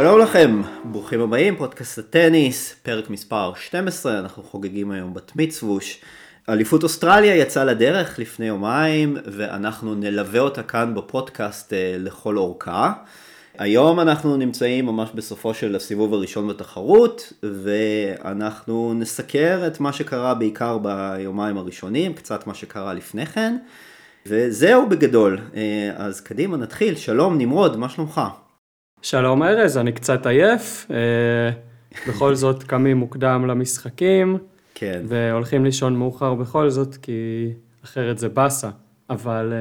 שלום לכם, ברוכים הבאים, פודקאסט הטניס, פרק מספר 12, אנחנו חוגגים היום בת מצווש. אליפות אוסטרליה יצאה לדרך לפני יומיים, ואנחנו נלווה אותה כאן בפודקאסט לכל אורכה. היום אנחנו נמצאים ממש בסופו של הסיבוב הראשון בתחרות, ואנחנו נסקר את מה שקרה בעיקר ביומיים הראשונים, קצת מה שקרה לפני כן, וזהו בגדול. אז קדימה נתחיל, שלום נמרוד, מה שלומך? שלום ארז, אני קצת עייף, בכל זאת קמים מוקדם למשחקים, כן. והולכים לישון מאוחר בכל זאת, כי אחרת זה בסה, אבל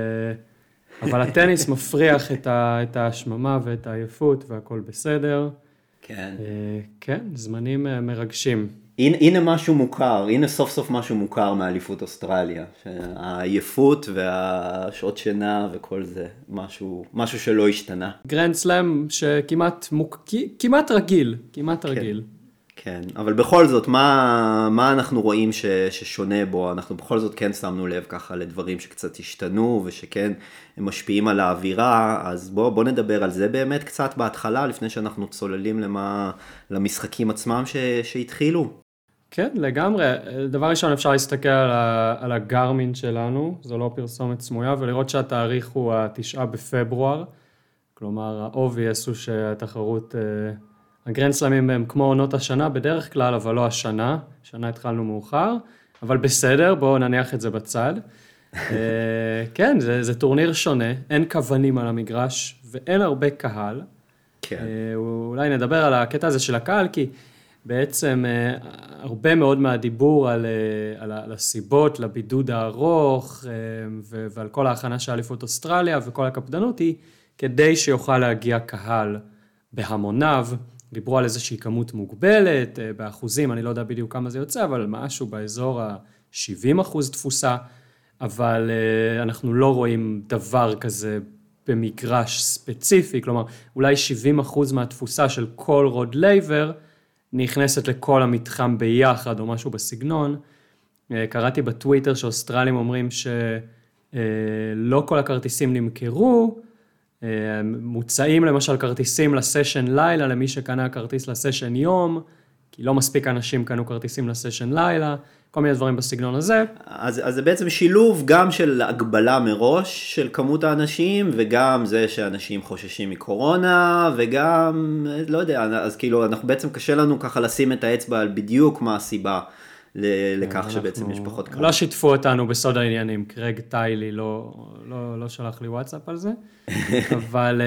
הטניס מפריח את השממה ואת העייפות והכל בסדר. כן. כן, זמנים מרגשים. הנה משהו מוכר, הנה סוף סוף משהו מוכר מאליפות אוסטרליה, העייפות והשעות שינה וכל זה, משהו שלא השתנה. גרנד סלאם שכמעט רגיל, כמעט רגיל. כן, אבל בכל זאת, מה אנחנו רואים ששונה בו? אנחנו בכל זאת כן שמנו לב ככה לדברים שקצת השתנו ושכן הם משפיעים על האווירה, אז בוא נדבר על זה באמת קצת בהתחלה, לפני שאנחנו צוללים למשחקים עצמם שהתחילו. כן, לגמרי. דבר ראשון אפשר להסתכל על הגרמין שלנו, זו לא פרסומת סמויה, ולראות שהתאריך הוא 9 בפברואר, כלומר ה-obvious הוא שהתחרות, הגרנד סלאמים הם כמו עונות השנה בדרך כלל, אבל לא השנה, השנה התחלנו מאוחר, אבל בסדר, בואו נניח את זה בצד. כן, זה טורניר שונה, אין כוונים על המגרש, ואין הרבה קהל. כן. אולי נדבר על הקטע הזה של הקהל, כי בעצם הרבה מאוד מהדיבור על הסיבות לבידוד הארוך ועל כל ההכנה של אליפות אוסטרליה וכל הקפדנות היא כדי שיוכל להגיע קהל בהמוניו. דיברו על איזושהי כמות מוגבלת, באחוזים, אני לא יודע בדיוק כמה זה יוצא, אבל משהו באזור ה-70% תפוסה, אבל אנחנו לא רואים דבר כזה במגרש ספציפי, כלומר אולי 70% מהתפוסה של כל רוד לייבר, נכנסת לכל המתחם ביחד או משהו בסגנון. קראתי בטוויטר שאוסטרלים אומרים שלא כל הכרטיסים נמכרו, מוצאים למשל כרטיסים לסשן לילה, למי שקנה כרטיס לסשן יום, כי לא מספיק אנשים קנו כרטיסים לסשן לילה, כל מיני דברים בסגנון הזה. אז זה בעצם שילוב גם של הגבלה מראש של כמות האנשים, וגם זה שאנשים חוששים מקורונה, וגם, לא יודע, אז כאילו אנחנו בעצם קשה לנו ככה לשים את האצבע על בדיוק מה הסיבה לכך שבעצם יש פחות קהל. לא שיתפו אותנו בסוד העניינים, קרג טיילי לא שלח לי וואטסאפ על זה, אבל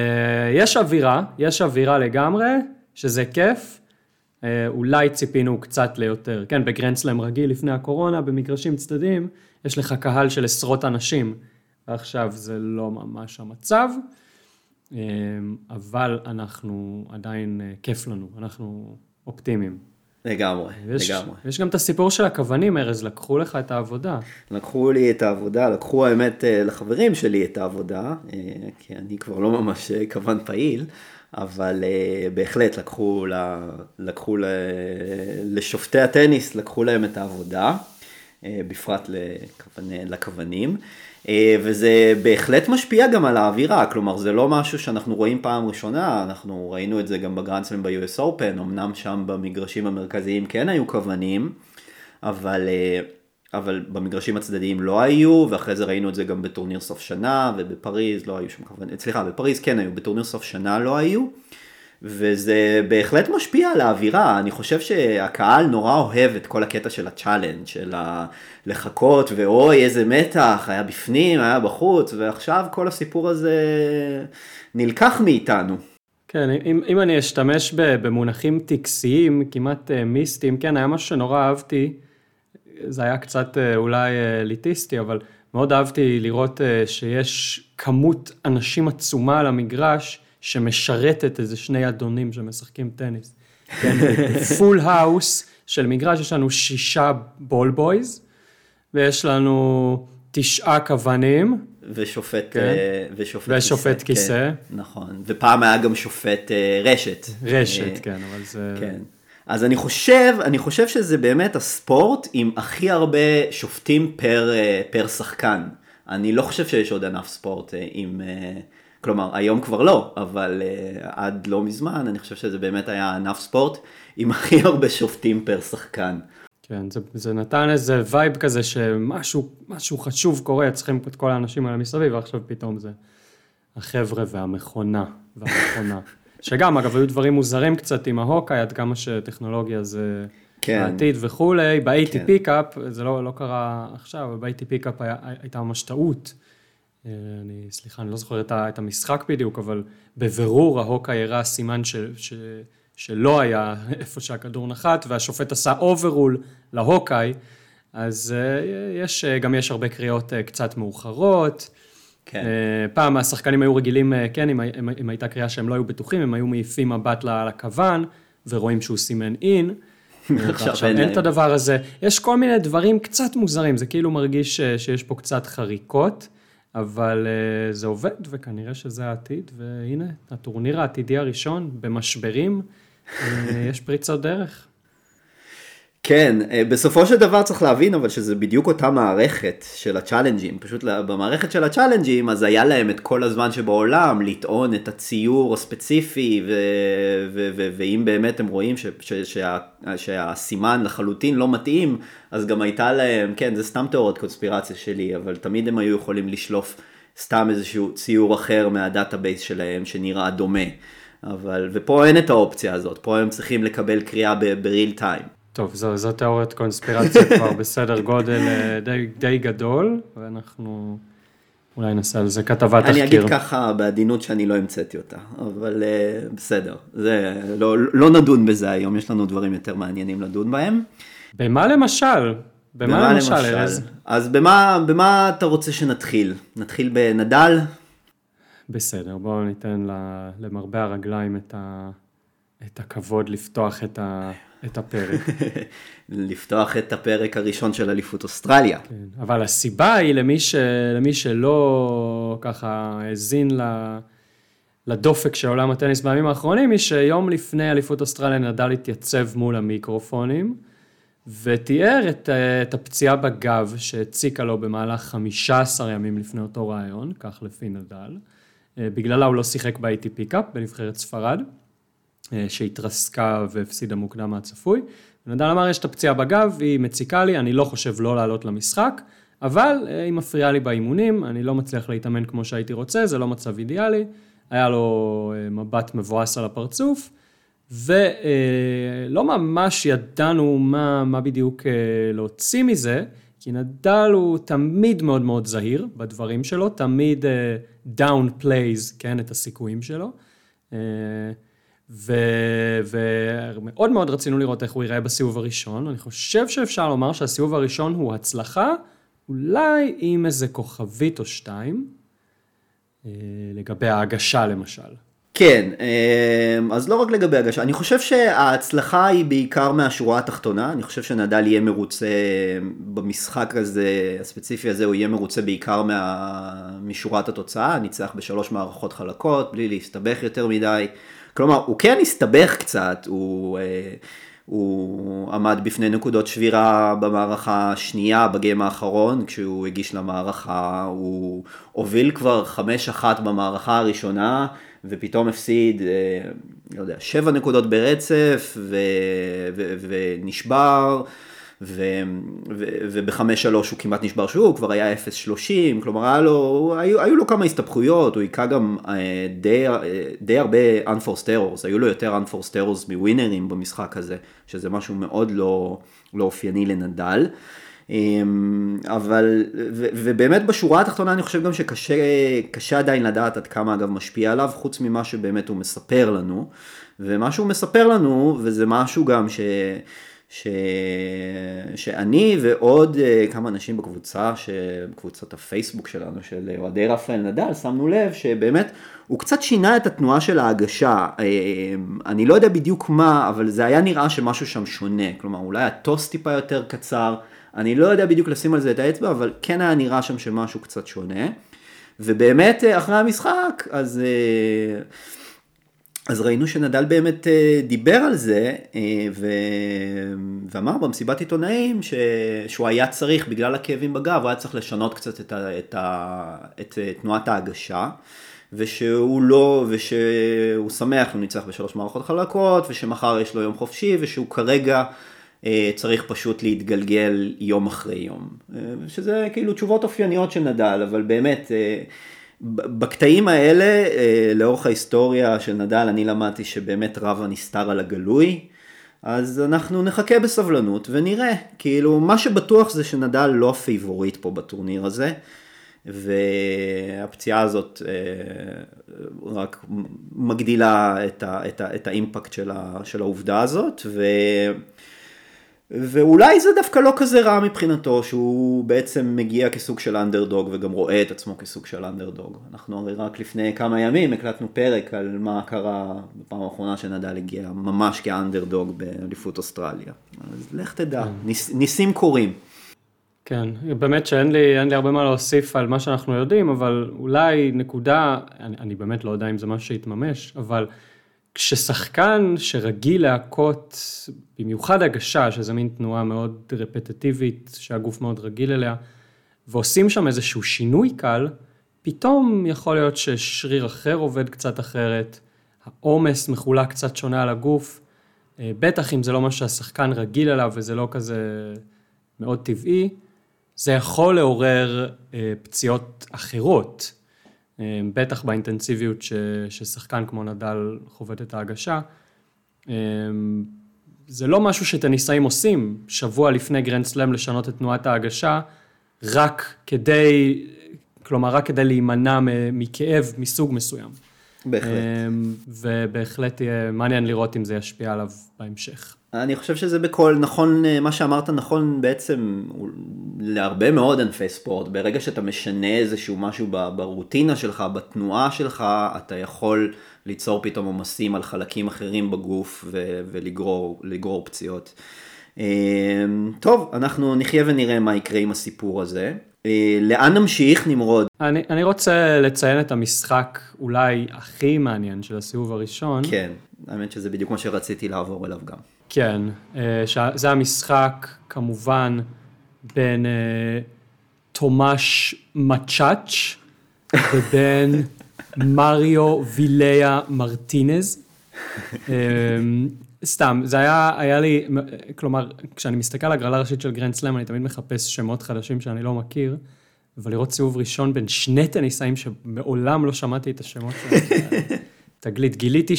יש אווירה לגמרי, שזה כיף, אולי ציפינו קצת ליותר. כן, בגרנד סלאם רגיל לפני הקורונה, במגרשים צדדים, יש לך קהל של עשרות אנשים, ועכשיו זה לא ממש המצב, אבל אנחנו עדיין כיף לנו, אנחנו אופטימיים. לגמרי. יש גם את הסיפור של הכוונים, ארז, לקחו לך את העבודה. לקחו לי את העבודה, לקחו האמת לחברים שלי את העבודה, כי אני כבר לא ממש כוון פעיל, אבל בהחלט לקחו לשופטי הטניס, לקחו להם את העבודה, בפרט לכוונים, וזה בהחלט משפיע גם על האווירה, כלומר זה לא משהו שאנחנו רואים פעם ראשונה, אנחנו ראינו את זה גם בגרנד סלאם ב-US Open, אמנם שם במגרשים המרכזיים כן היו כוונים, אבל במגרשים הצדדיים לא היו, ואחרי זה ראינו את זה גם בטורניר סוף שנה, ובפריז לא היו שם כוונים, בפריז כן היו, בטורניר סוף שנה לא היו, וזה בהחלט משפיע על האווירה. אני חושב שהקהל נורא אוהב את כל הקטע של הצ'אלנג', של לחכות, ואוי איזה מתח, היה בפנים, היה בחוץ, ועכשיו כל הסיפור הזה נלקח מאיתנו. כן, אם אני אשתמש במונחים טקסיים, כמעט מיסטיים, כן, היה משהו שנורא אהבתי, זה היה קצת אולי ליטיסטי, אבל מאוד אהבתי לראות שיש כמות אנשים עצומה על המגרש, שמשרתת איזה שני אדונים שמשחקים טניס. כן, פול האוס של מגרש, יש לנו 6 בול בויז, ויש לנו 9 כוונים. ושופט כיסא. כן, נכון, ופעם היה גם שופט רשת. רשת, כן, אבל זה... כן. אז אני חושב שזה באמת הספורט עם הכי הרבה שופטים פר שחקן. אני לא חושב שיש עוד ענף ספורט עם כלומר, היום כבר לא, אבל עד לא מזמן, אני חושב שזה באמת היה ענף ספורט, עם הכי הרבה שופטים פר שחקן. כן, זה נתן איזה וייב כזה שמשהו חשוב קורה, צריכים את כל האנשים האלה מסביב, ועכשיו פתאום זה החבר'ה והמכונה. שגם, אגב, היו דברים מוזרים קצת עם ההוקאי, עד כמה שטכנולוגיה זה העתיד וכולי. ב-AT פיקאפ, זה לא קרה עכשיו, אבל ב-AT פיקאפ הייתה ממש טעות. סליחה, אני לא זוכר את המשחק בדיוק, אבל בבירור ההוקאי הראה סימן שלא היה איפה שהכדור נחת, והשופט עשה אוברול להוקאי, אז גם יש הרבה קריאות קצת מאוחרות. כן. פעם השחקנים היו רגילים, כן, אם הייתה קריאה שהם לא היו בטוחים, הם היו מעיפים מבט לכוון, ורואים שהוא סימן אין, ועכשיו אין את הדבר הזה. יש כל מיני דברים קצת מוזרים, זה כאילו מרגיש שיש פה קצת חריקות, אבל זה עובד, וכנראה שזה העתיד, והנה, הטורניר העתידי הראשון, במשברים, יש פריצות דרך. כן, בסופו של דבר צריך להבין, אבל שזה בדיוק אותה מערכת של הצ'אלנג'ים, פשוט במערכת של הצ'אלנג'ים, אז היה להם את כל הזמן שבעולם, לטעון את הציור הספציפי, ואם באמת הם רואים שהסימן לחלוטין לא מתאים, אז גם הייתה להם, כן, זה סתם תיאוריות קונספירציה שלי, אבל תמיד הם היו יכולים לשלוף סתם איזשהו ציור אחר מהדאטאבייס שלהם, שנראה דומה. ופה אין את האופציה הזאת, פה הם צריכים לקבל קריאה בריל טיים. טוב, זו תיאוריית קונספירציה כבר בסדר גודל די גדול, ואנחנו אולי נעשה על זה כתבת תחקיר. אני אגיד ככה בעדינות שאני לא המצאתי אותה, אבל בסדר, זה לא נדון בזה היום, יש לנו דברים יותר מעניינים לדון בהם. במה למשל? אז במה אתה רוצה שנתחיל? נתחיל בנדל? בסדר, בואו ניתן למרבה הרגליים את הכבוד לפתוח את הפרק. לפתוח את הפרק הראשון של אליפות אוסטרליה. כן, אבל הסיבה היא למי שלא ככה הזין לדופק של עולם הטניס בימים האחרונים, היא שיום לפני אליפות אוסטרליה נדל התייצב מול המיקרופונים, ותיאר את הפציעה בגב שהציקה לו במהלך 15 ימים לפני אותו רעיון, כך לפי נדל. בגללה הוא לא שיחק ב-AT קאפ בנבחרת ספרד, שהתרסקה והפסידה מוקדם מהצפוי. נדל אמר, יש את הפציעה בגב, היא מציקה לי, אני לא חושב לא לעלות למשחק, אבל היא מפריעה לי באימונים, אני לא מצליח להתאמן כמו שהייתי רוצה, זה לא מצב אידיאלי, היה לו מבט מבואס על הפרצוף, ולא ממש ידענו מה בדיוק להוציא מזה, כי נדל הוא תמיד מאוד מאוד זהיר בדברים שלו, תמיד downplays, כן, את הסיכויים שלו, ומאוד מאוד רצינו לראות איך הוא ייראה בסיבוב הראשון. אני חושב שאפשר לומר שהסיבוב הראשון הוא הצלחה, אולי עם איזה כוכבית או שתיים, לגבי ההגשה למשל. כן, אז לא רק לגבי הגשה, אני חושב שההצלחה היא בעיקר מהשורה התחתונה, אני חושב שנדל יהיה מרוצה במשחק הזה, הספציפי הזה, הוא יהיה מרוצה בעיקר משורת התוצאה, ניצח ב3 מערכות חלקות, בלי להסתבך יותר מדי, כלומר, הוא כן הסתבך קצת, הוא עמד בפני נקודות שבירה במערכה השנייה, בגיים האחרון, כשהוא הגיש למערכה, הוא הוביל כבר 5-1 במערכה הראשונה, ופתאום הפסיד, לא יודע, 7 נקודות ברצף, ונשבר, וב-5-3 הוא כמעט נשבר שוב, הוא כבר היה 0-30, כלומר היו לו כמה הסתבכויות, הוא היקע גם די הרבה unforced errors, היו לו יותר unforced errors מווינרים במשחק הזה, שזה משהו מאוד לא אופייני לנדל, אבל, ובאמת בשורה התחתונה אני חושב גם שקשה עדיין לדעת עד כמה אגב משפיע עליו, חוץ ממה שבאמת הוא מספר לנו, ומה שהוא מספר לנו, וזה משהו גם שאני ועוד כמה אנשים בקבוצת הפייסבוק שלנו, של אוהדי רפאל נדל, שמנו לב שבאמת הוא קצת שינה את התנועה של ההגשה, אני לא יודע בדיוק מה, אבל זה היה נראה שמשהו שם שונה, כלומר אולי הטוס טיפה יותר קצר, אני לא יודע בדיוק לשים על זה את האצבע, אבל כן היה נראה שם שמשהו קצת שונה, ובאמת אחרי המשחק, אז אז ראינו שנדל באמת דיבר על זה, ואמר במסיבת עיתונאים שהוא היה צריך, בגלל הכאבים בגב, הוא היה צריך לשנות קצת את תנועת ההגשה, ושהוא שמח, הוא ניצח ב3 מערכות חלקות, ושמחר יש לו יום חופשי, ושהוא כרגע צריך פשוט להתגלגל יום אחרי יום. שזה כאילו תשובות אופייניות של נדל, אבל באמת, בקטעים האלה, לאורך ההיסטוריה של נדל, אני למדתי שבאמת רב הנסתר על הגלוי, אז אנחנו נחכה בסבלנות ונראה. כאילו, מה שבטוח זה שנדל לא הפייבוריט פה בטורניר הזה, והפציעה הזאת רק מגדילה את האימפקט של העובדה הזאת, ואולי זה דווקא לא כזה רע מבחינתו, שהוא בעצם מגיע כסוג של אנדרדוג, וגם רואה את עצמו כסוג של אנדרדוג. אנחנו הרי רק לפני כמה ימים הקלטנו פרק על מה קרה בפעם האחרונה שנדל הגיע ממש כאנדרדוג באליפות אוסטרליה. אז לך תדע, ניסים קורים. כן, באמת שאין לי הרבה מה להוסיף על מה שאנחנו יודעים, אבל אולי נקודה, אני באמת לא יודע אם זה משהו שהתממש, אבל כששחקן שרגיל להכות, במיוחד הגשה, שזה מין תנועה מאוד רפטטיבית, שהגוף מאוד רגיל אליה, ועושים שם איזשהו שינוי קל, פתאום יכול להיות ששריר אחר עובד קצת אחרת, העומס מחולק קצת שונה על הגוף, בטח אם זה לא מה שהשחקן רגיל אליו, וזה לא כזה מאוד טבעי, זה יכול לעורר פציעות אחרות, בטח באינטנסיביות ששחקן כמו נדל חובט את ההגשה. זה לא משהו שטניסאים עושים שבוע לפני גרנד סלאם לשנות את תנועת ההגשה, רק כדי להימנע מכאב מסוג מסוים. בהחלט. ובהחלט יהיה מעניין לראות אם זה ישפיע עליו בהמשך. אני חושב שזה בכל, נכון, מה שאמרת נכון בעצם להרבה מאוד ענפי ספורט. ברגע שאתה משנה איזשהו משהו ברוטינה שלך, בתנועה שלך, אתה יכול ליצור פתאום עומסים על חלקים אחרים בגוף ולגרור פציעות. טוב, אנחנו נחיה ונראה מה יקרה עם הסיפור הזה. לאן נמשיך, נמרוד? אני רוצה לציין את המשחק אולי הכי מעניין של הסיבוב הראשון. כן, האמת שזה בדיוק מה שרציתי לעבור אליו גם. כן, זה המשחק כמובן בין תומש מצ'אץ' ובין מריו ויליה מרטינז. סתם, זה היה לי, כלומר, כשאני מסתכל על הגרלה ראשית של גרנד סלאם, אני תמיד מחפש שמות חדשים שאני לא מכיר, אבל לראות סיבוב ראשון בין שני טניסאים שמעולם לא שמעתי את השמות שלהם. תגלית, גיליתי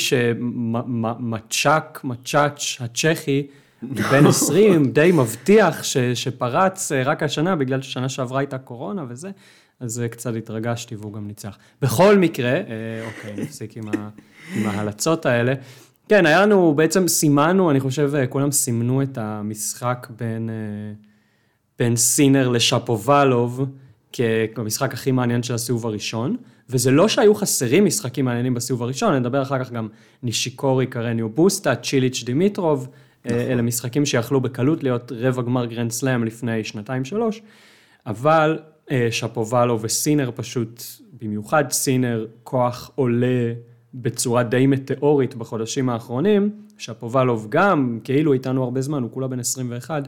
מצ'אץ' הצ'כי, בן 20, די מבטיח שפרץ רק השנה, בגלל ששנה שעברה הייתה קורונה וזה, אז קצת התרגשתי והוא גם ניצח. בכל מקרה, אוקיי, נפסיק עם ההלצות האלה. כן, היה לנו, בעצם סימנו, אני חושב, כולם סימנו את המשחק בין סינר לשפובלוב, כמשחק הכי מעניין של הסיבוב הראשון, וזה לא שהיו חסרים משחקים מעניינים בסיבוב הראשון, נדבר אחר כך גם נישיקורי, קרניו בוסטה, צ'יליץ' דימיטרוב, אלה משחקים שיכלו בקלות להיות רבע גמר גרנד סלאם לפני 2-3, אבל שפובלוב וסינר פשוט, במיוחד סינר, כוח עולה בצורה די מטאורית בחודשים האחרונים, שפובלוב גם, כאילו איתנו הרבה זמן, הוא כולה בן 21,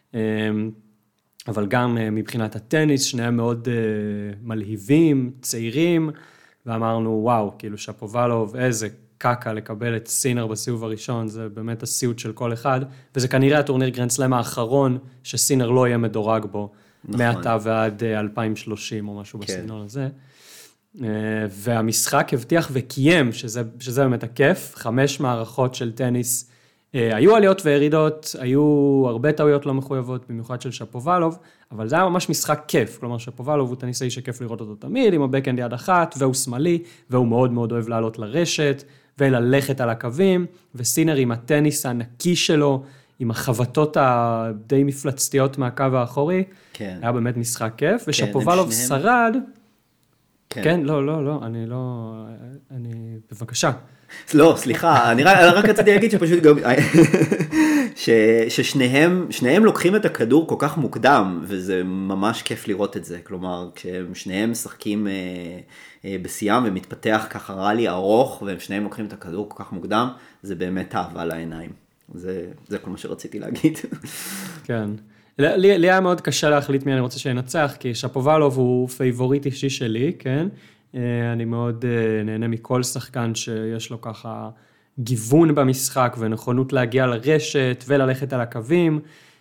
אבל גם מבחינת הטניס, שניהם מאוד מלהיבים, צעירים, ואמרנו, וואו, כאילו שפובלוב, איזה קקה לקבל את סינר בסיבוב הראשון, זה באמת הסיוט של כל אחד, וזה כנראה הטורניר גרנד סלאם האחרון, שסינר לא יהיה מדורג בו, מעתה ועד 2030 או משהו בסגנון הזה. והמשחק הבטיח וקיים, שזה באמת הכיף, 5 מערכות של טניס, היו עליות וירידות, היו הרבה טעויות לא מחויבות, במיוחד של שפובלוב, אבל זה היה ממש משחק כיף, כלומר שפובלוב הוא טניסאי שכיף לראות אותו תמיד, עם הבקאנד יד אחת, והוא שמאלי, והוא מאוד מאוד אוהב לעלות לרשת, וללכת על הקווים, וסינר עם הטניס הנקי שלו, עם החבטות הדי מפלצתיות מהקו האחורי, כן. היה באמת משחק כיף, ושפובלוב שרד, כן, לא, אני, בבקשה. לא, סליחה, אני רק רציתי להגיד שפשוט גם, ששניהם לוקחים את הכדור כל כך מוקדם, וזה ממש כיף לראות את זה. כלומר, כששניהם משחקים בסיום ומתפתח ככה רלי ארוך, והם שניהם לוקחים את הכדור כל כך מוקדם, זה באמת אהבה לעיניים. זה כל מה שרציתי להגיד. כן. לי היה מאוד קשה להחליט מי אני רוצה שינצח, כי שפובלוב הוא פייבוריט אישי שלי, כן? אני מאוד נהנה מכל שחקן שיש לו ככה גיוון במשחק ונכונות להגיע לרשת וללכת על הקווים.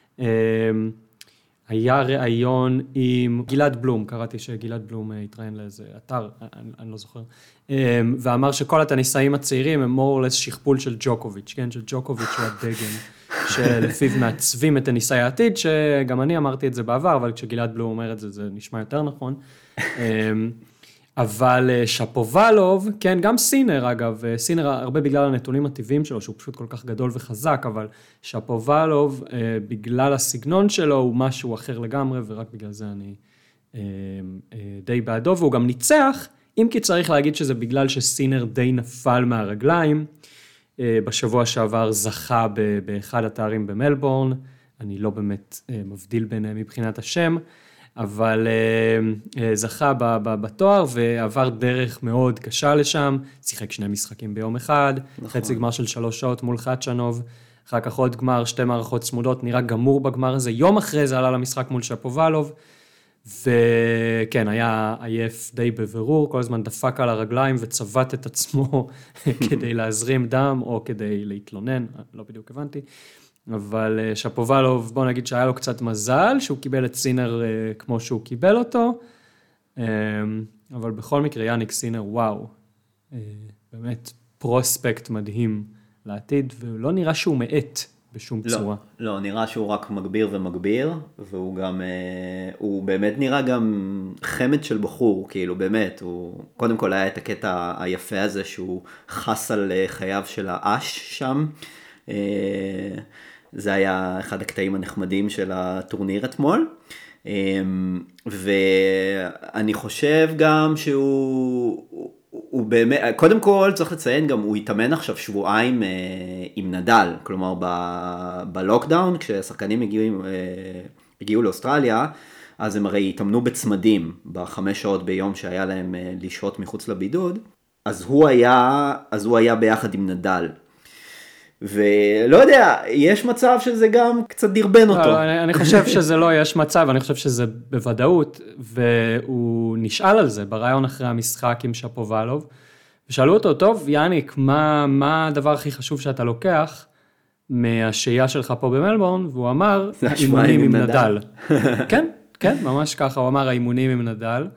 היה ראיון עם גלעד בלום, קראתי שגלעד בלום התראיין לאיזה אתר, אני לא זוכר, ואמר שכל הטניסאים הצעירים הם more or less שכפול של ג'וקוביץ', כן? שג'וקוביץ' הוא הדגם, שלפיו מעצבים את טניסאי העתיד, שגם אני אמרתי את זה בעבר, אבל כשגלעד בלום אומר את זה, זה נשמע יותר נכון. אבל שפובלוב, כן, גם סינר אגב, סינר הרבה בגלל הנתונים הטבעיים שלו, שהוא פשוט כל כך גדול וחזק, אבל שפובלוב, בגלל הסגנון שלו, הוא משהו אחר לגמרי, ורק בגלל זה אני די בעדו, והוא גם ניצח, אם כי צריך להגיד שזה בגלל שסינר די נפל מהרגליים, בשבוע שעבר זכה באחד התארים במלבורן, אני לא באמת מבדיל ביניהם מבחינת השם, אבל זכה בתואר ועבר דרך מאוד קשה לשם, שיחק 2 משחקים ביום אחד, נכון. חצי גמר של 3 שעות מול חצ'נוב, אחר כך עוד גמר, 2 מערכות צמודות, נראה גמור בגמר הזה, יום אחרי זה עלה למשחק מול שפובלוב, וכן, היה עייף די בבירור, כל הזמן דפק על הרגליים וצבט את עצמו כדי להזרים דם או כדי להתלונן, לא בדיוק הבנתי. אבל שפובלוב, בוא נגיד שהיה לו קצת מזל, שהוא קיבל את סינר כמו שהוא קיבל אותו, אבל בכל מקרה יאניק סינר, וואו, באמת פרוספקט מדהים לעתיד, ולא נראה שהוא מעט בשום צורה. לא, נראה שהוא רק מגביר ומגביר, והוא גם, הוא באמת נראה גם חמד של בחור, כאילו באמת, הוא, קודם כל היה את הקטע היפה הזה, שהוא חס על חייו של האש שם, זה היה אחד הקטעים הנחמדים של הטורניר אתמול, ואני חושב גם שהוא באמת, קודם כל צריך לציין גם, הוא התאמן עכשיו שבועיים עם נדל, כלומר בלוקדאון, כשהשחקנים הגיעו לאוסטרליה, אז הם הרי התאמנו בצמדים, ב5 שעות ביום שהיה להם לשהות מחוץ לבידוד, אז הוא היה ביחד עם נדל. ולא יודע, יש מצב שזה גם קצת דרבן אותו. אני חושב שזה לא יש מצב, אני חושב שזה בוודאות, והוא נשאל על זה ברעיון אחרי המשחק עם שפובלוב, ושאלו אותו, טוב, יאניק, מה הדבר הכי חשוב שאתה לוקח מהשהייה שלך פה במלבורן? והוא אמר, האימונים עם נדל. כן, כן, ממש ככה, הוא אמר, האימונים עם נדל.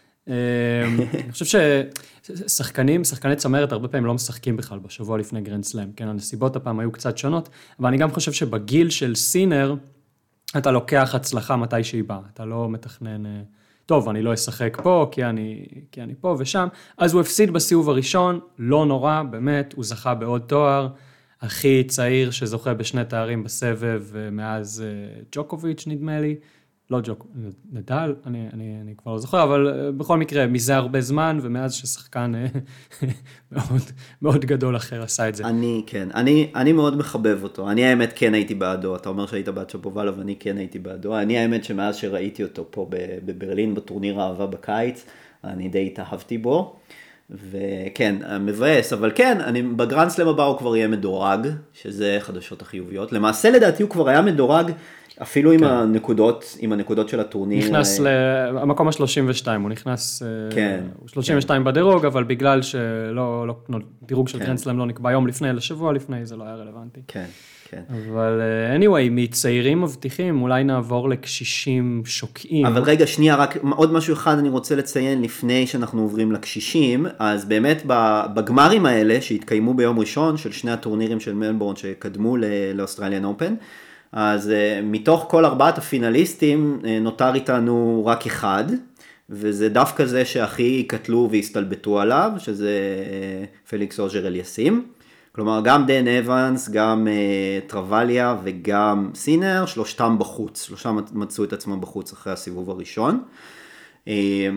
אני חושב ששחקני צמרת הרבה פעמים לא משחקים בכלל בשבוע לפני גרנד סלאם, כן, הנסיבות הפעם היו קצת שונות, אבל אני גם חושב שבגיל של סינר, אתה לוקח הצלחה מתי שהיא באה, אתה לא מתכנן, טוב, אני לא אשחק פה, כי אני פה ושם, אז הוא הפסיד בסיבוב הראשון, לא נורא, באמת, הוא זכה בעוד תואר, הכי צעיר שזוכה בשני תארים בסבב, מאז ג'וקוביץ' נדמה לי, לא נדל, אני כבר לא זוכר, אבל בכל מקרה, מזה הרבה זמן, ומאז ששחקן מאוד, מאוד גדול אחר עשה את זה. אני מאוד מחבב אותו. אני האמת כן הייתי בעדו, אתה אומר שהיית בעד שפובלוב, ואני כן הייתי בעדו. אני האמת שמאז שראיתי אותו פה בברלין, בטורניר האהבה בקיץ, אני די התאהבתי בו. וכן, מבאס, אבל כן, בגרנד סלאם הבא הוא כבר יהיה מדורג, שזה חדשות החיוביות. למעשה לדעתי הוא כבר היה מדורג, אפילו עם הנקודות של הטורניר. נכנס למקום ה-32, הוא נכנס, הוא 32 בדירוג, אבל בגלל שלא, דירוג של גרנד סלאם לא נקבע יום לפני, לשבוע לפני, זה לא היה רלוונטי. כן, כן. אבל anyway, מצעירים מבטיחים, אולי נעבור לקשישים שוקעים. אבל רגע, שנייה, רק עוד משהו אחד אני רוצה לציין לפני שאנחנו עוברים לקשישים, אז באמת בגמרים האלה שהתקיימו ביום ראשון, של שני הטורנירים של מלבורן שקדמו לאוסטרליאן אופן, אז מתוך כל 4 הפינליסטים נותר איתנו רק אחד, וזה דווקא זה שהכי קטלו והסתלבטו עליו, שזה פליקס אוג'ר אליאסים. כלומר, גם דן אבנס, גם טרווליה וגם סינר, שלושתם בחוץ. שלושתם מצאו את עצמם בחוץ אחרי הסיבוב הראשון.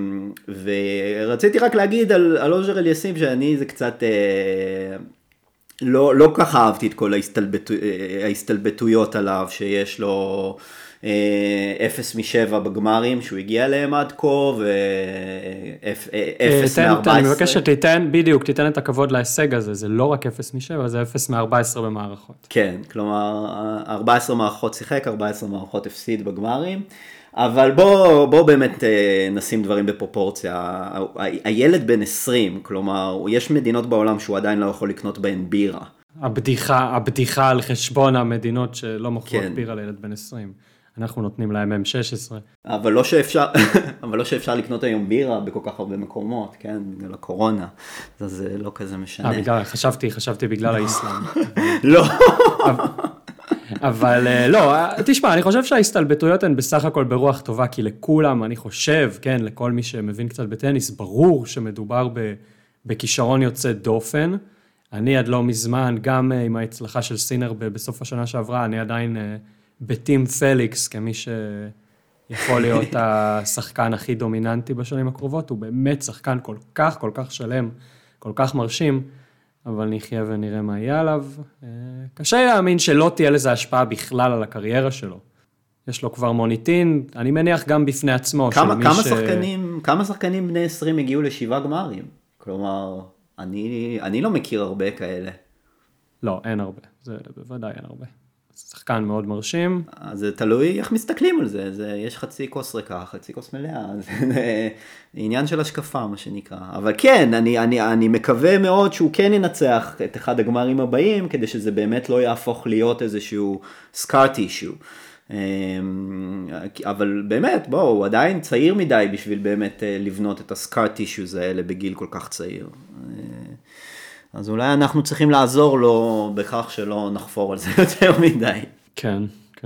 ורציתי רק להגיד על אוג'ר אליאסים, שאני זה קצת לא ככה אהבתי את כל ההסתלבטויות עליו, שיש לו 0 מ-7 בגמרים, שהוא הגיע להם עד כה, ו-0 מ-14. אני מבקש שתיתן, בדיוק, תיתן את הכבוד להישג הזה, זה לא רק 0 מ-7, זה 0 מ-14 במערכות. כן, כלומר, 14 מערכות שיחק, 14 מערכות הפסיד בגמרים, אבל בוא באמת נשים דברים בפרופורציה. הילד בן 20, כלומר, יש מדינות בעולם שהוא עדיין לא יכול לקנות בהן בירה. הבדיחה על חשבון המדינות שלא מוכרות בירה לילד בן 20. אנחנו נותנים להם M16. אבל לא שאפשר לקנות היום בירה בכל כך הרבה מקומות, כן? בגלל הקורונה. זה לא כזה משנה. חשבתי בגלל האסלאם. לא. אבל לא, תשמע, אני חושב שההסתלבטויות הן בסך הכל ברוח טובה, כי לכולם, אני חושב, כן, לכל מי שמבין קצת בטניס, ברור שמדובר בכישרון יוצא דופן. אני עד לא מזמן, גם עם ההצלחה של סינר בסוף השנה שעברה, אני עדיין בטים פליקס, כמי שיכול להיות השחקן הכי דומיננטי בשנים הקרובות, הוא באמת שחקן כל כך שלם, כל כך מרשים, אבל נחיה ונראה מה יהיה עליו. קשה להאמין שלא תהיה לזה השפעה בכלל על הקריירה שלו. יש לו כבר מוניטין, אני מניח גם בפני עצמו. כמה שחקנים בני 20 הגיעו ל7 גמרים? כלומר, אני לא מכיר הרבה כאלה. לא, אין הרבה. זה בוודאי אין הרבה. שחקן מאוד מרשים. אז זה תלוי איך מסתכלים על זה. יש חצי כוס ריקה, חצי כוס מלאה. זה עניין של השקפה, מה שנקרא. אבל כן, אני מקווה מאוד שהוא כן ינצח את אחד הגמרים הבאים, כדי שזה באמת לא יהפוך להיות איזשהו scar tissue. אבל באמת, הוא עדיין צעיר מדי בשביל באמת לבנות את ה-scar tissues האלה בגיל כל כך צעיר. אז אולי אנחנו צריכים לעזור לו בכך שלא נחפור על זה יותר מדי. כן.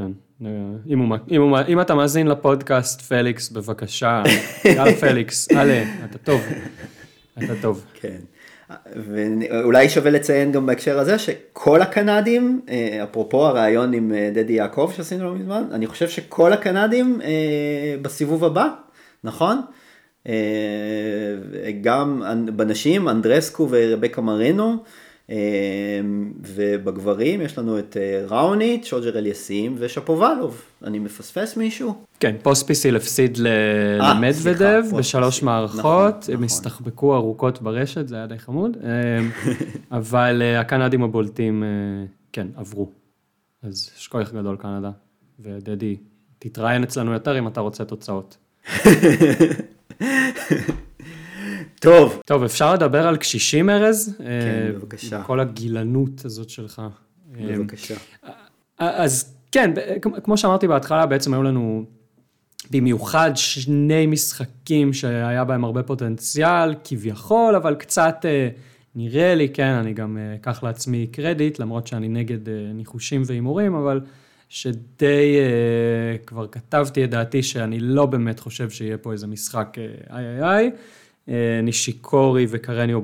אם אתה מאזין לפודקאסט, פליקס, בבקשה, יאללה פליקס, אתה טוב. כן. ואולי שווה לציין גם בהקשר הזה, שכל הקנדים, אפרופו הרעיון עם דדי יעקב שעשינו לו מזמן, אני חושב שכל הקנדים בסיבוב הבא, נכון? גם בנשים, אנדרסקו ורבקה מרינו, ובגברים יש לנו את ראוניץ', רוג'ר אליאסים ושפובלוב. אני מפספס מישהו? כן, פוספיסיל הפסיד למדוודב בשלוש מערכות, הם הסתחבקו ארוכות ברשת, זה היה די חמוד, אבל הקנדים הבולטים, כן, עברו. אז שכוח גדול קנדה, ודדי, תתראיין אצלנו יותר אם אתה רוצה תוצאות. טוב, אפשר לדבר על קשישים, ארז? כן, בבקשה. כל הגילנות הזאת שלך. בבקשה. אז כן, כמו שאמרתי בהתחלה, בעצם היו לנו במיוחד שני משחקים שהיה בהם הרבה פוטנציאל, כביכול, אבל קצת נראה לי, כן, אני גם אקח לעצמי קרדיט, למרות שאני נגד ניחושים ואימורים, אבל שדי כבר כתבתי את דעתי שאני לא באמת חושב שיהיה פה איזה משחק איי. נישיקורי וקרניו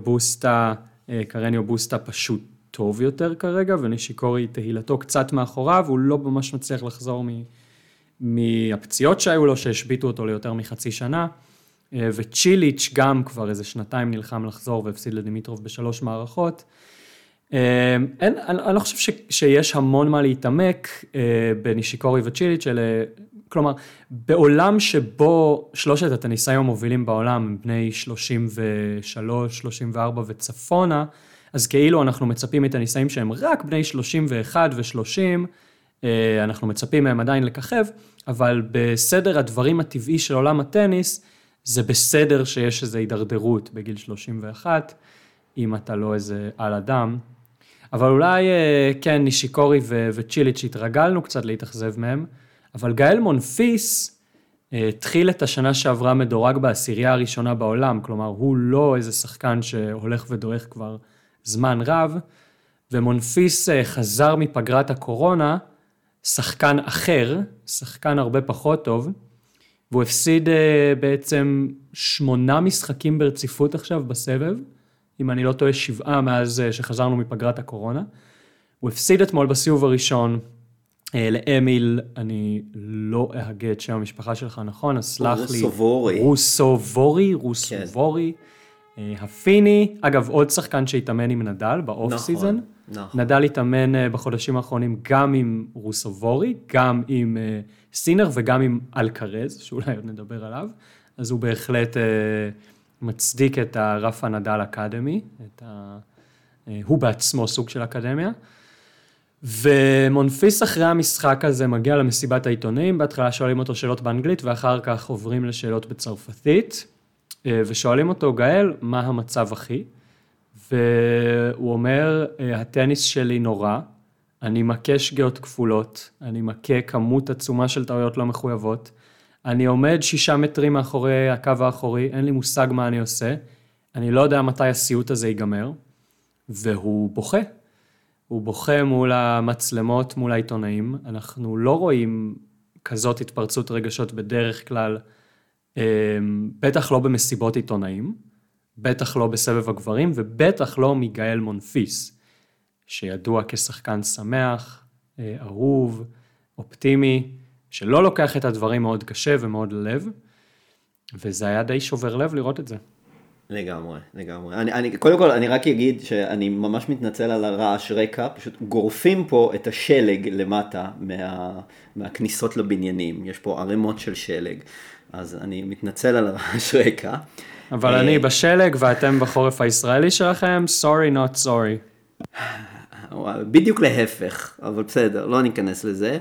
בוסטה פשוט טוב יותר כרגע, ונישיקורי תהילתו קצת מאחוריו, הוא לא ממש מצליח לחזור מהפציעות שהיו לו, שהשביטו אותו ליותר מחצי שנה, וצ'יליץ' גם כבר איזה שנתיים נלחם לחזור, והפסיד לדימיטרוב בשלוש מערכות. אני לא חושב שיש המון מה להתעמק בנישיקורי וצ'יליץ', כלומר, בעולם שבו שלושת הטניסאים המובילים בעולם הם בני 33, 34 וצפונה, אז כאילו אנחנו מצפים מטניסאים שהם רק בני 31 ו-30, אנחנו מצפים מהם עדיין לככב, אבל בסדר הדברים הטבעי של עולם הטניס, זה בסדר שיש איזו הידרדרות בגיל 31, אם אתה לא איזה על אדם. אבל אולי כן, נישיקורי וצ'יליץ' התרגלנו קצת להתאכזב מהם, אבל גאל מונפיס התחיל את השנה שעברה מדורג בעשירייה הראשונה בעולם, כלומר הוא לא איזה שחקן שהולך ודורך כבר זמן רב, ומונפיס חזר מפגרת הקורונה, שחקן אחר, שחקן הרבה פחות טוב, והוא הפסיד בעצם 8 משחקים ברציפות עכשיו בסבב, אם אני לא טועה 7 מאז שחזרנו מפגרת הקורונה, הוא הפסיד אתמול בסיבוב הראשון, לאמיל, אני לא אהגה את שם המשפחה שלך, נכון? אז סלח לי. רוסובורי. רוסובורי. הפיני, אגב, עוד שחקן שהתאמן עם נדל באוף סיזן. נכון. נדל התאמן בחודשים האחרונים גם עם רוסובורי, גם עם סינר וגם עם אלקרז, שאולי עוד נדבר עליו. אז הוא בהחלט מצדיק את הרף הנדל אקדמי, הוא בעצמו סוג של אקדמיה. ומונפיס אחרי המשחק הזה מגיע למסיבת העיתונאים, בהתחלה שואלים אותו שאלות באנגלית, ואחר כך עוברים לשאלות בצרפתית, ושואלים אותו, גאל, מה המצב אחי? והוא אומר, הטניס שלי נורא, אני מכה שגיאות כפולות, אני מכה כמות עצומה של טעויות לא מחויבות, אני עומד 6 מטרים מאחורי הקו האחורי, אין לי מושג מה אני עושה, אני לא יודע מתי הסיוט הזה ייגמר, והוא בוכה. הוא בוכה מול המצלמות, מול העיתונאים. אנחנו לא רואים כזאת התפרצות רגשות בדרך כלל, בטח לא במסיבות עיתונאים, בטח לא בסבב הגברים, ובטח לא מגאל מונפיס, שידוע כשחקן שמח, אהוב, אופטימי, שלא לוקח את הדברים מאוד קשה ומאוד ללב, וזה היה די שובר לב לראות את זה. לגמרי. קודם כל, אני רק אגיד שאני ממש מתנצל על הרעש רקע, פשוט גורפים פה את השלג למטה מהכניסות לבניינים. יש פה ערימות של שלג, אז אני מתנצל על הרעש רקע. אבל אני בשלג ואתם בחורף הישראלי שלכם, sorry not sorry. בדיוק להפך, אבל בסדר, לא ניכנס לזה.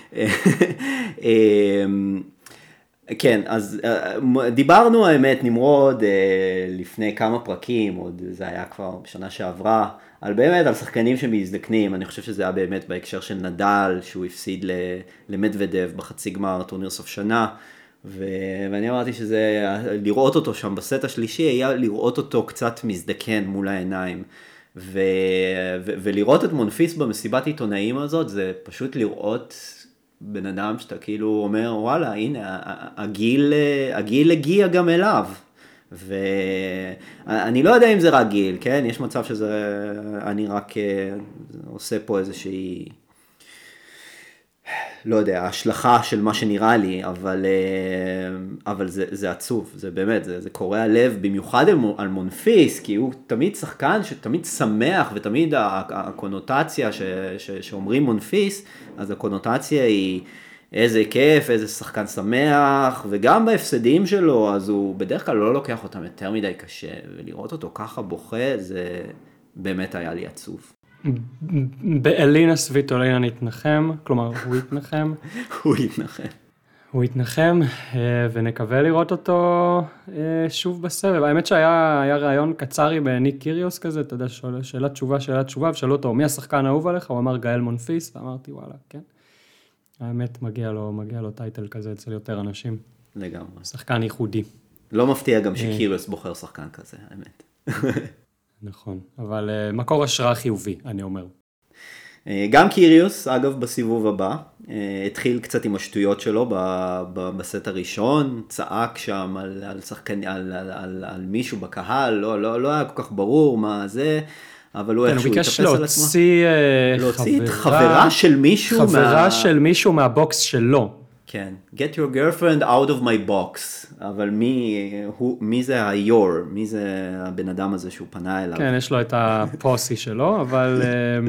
כן, אז דיברנו האמת נמרוד לפני כמה פרקים, עוד זה היה כבר בשנה שעברה, על באמת על שחקנים שמזדקנים. אני חושב שזה היה באמת בהקשר של נדל, שהוא הפסיד למדוודב בחצי גמר טורניר סוף שנה, ואני אמרתי שזה, לראות אותו שם בסט השלישי, היה לראות אותו קצת מזדקן מול העיניים, ולראות את מונפיס במסיבת עיתונאים הזאת, זה פשוט לראות בן אדם שאתה כאילו אומר, וואלה, הנה, הגיל הגיע גם אליו. ואני לא יודע אם זה רק גיל, כן? יש מצב שזה, אני רק עושה פה איזושהי, לא יודע, השלכה של מה שנראה לי, אבל זה עצוב, זה באמת, זה קורע לב, במיוחד על מונפיס, כי הוא תמיד שחקן שתמיד שמח, ותמיד הקונוטציה שאומרים מונפיס, אז הקונוטציה היא איזה כיף, איזה שחקן שמח, וגם בהפסדים שלו, אז הוא בדרך כלל לא לוקח אותם יותר מדי קשה, ולראות אותו ככה בוכה, זה באמת היה לי עצוב. באלינה סוויטולינה נתנחם, כלומר הוא יתנחם. הוא יתנחם, ונקווה לראות אותו שוב בסבב. האמת שהיה רעיון קצרי בניק קיריוס כזה, אתה יודע, שאלת תשובה, ושאלו אותו, מי השחקן האהוב עליך? הוא אמר גאל מונפיס, ואמרתי וואלה, כן. האמת מגיע לו טייטל כזה אצל יותר אנשים. לגמרי. שחקן ייחודי. לא מפתיע גם שקיריוס בוחר שחקן כזה, האמת. נכון, אבל מקור השראה חיובי, אני אומר. גם קיריוס, אגב, בסיבוב הבא, התחיל קצת עם השטויות שלו בסט הראשון, צעק שם על שחקן, על מישהו בקהל, לא היה כל כך ברור מה זה, אבל הוא איכשהו התאפס על עצמו. הוא ביקש להוציא את חברה של מישהו, חברה של מישהו מהבוקס שלו. כן, get your girlfriend out of my box, אבל מי זה היור, מי זה הבן אדם הזה שהוא פנה אליו? כן, יש לו את הפוסי שלו, אבל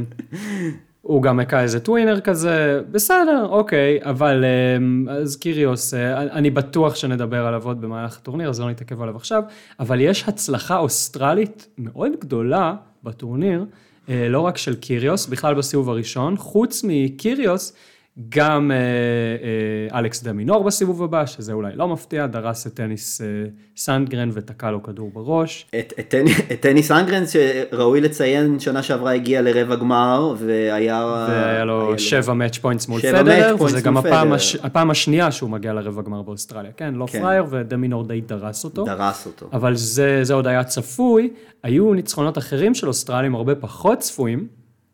הוא גם מקע איזה טווינר כזה, בסדר, אוקיי, אבל אז קיריוס, אני בטוח שנדבר עליו עוד במהלך הטורניר, אז לא נתעכב עליו עכשיו, אבל יש הצלחה אוסטרלית מאוד גדולה בטורניר, לא רק של קיריוס, בכלל בסיבוב הראשון, חוץ מקיריוס, גם אלכס דמינור בסיבוב הבא, שזה אולי לא מפתיע, דרס את טניס סנדגרן ותקע לו כדור בראש. את טניס סנדגרן שראוי לציין, שנה שעברה הגיע לרבע גמר, והיה לו 7 מאץ' פוינטס מול פדרר, וזה גם הפעם השנייה שהוא מגיע לרבע גמר באוסטרליה, כן? לא פרייר, ודמינור די דרס אותו. אבל זה עוד היה צפוי, היו ניצחונות אחרים של אוסטרלים הרבה פחות צפויים,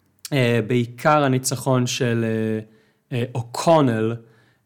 בעיקר הניצחון של אוקונל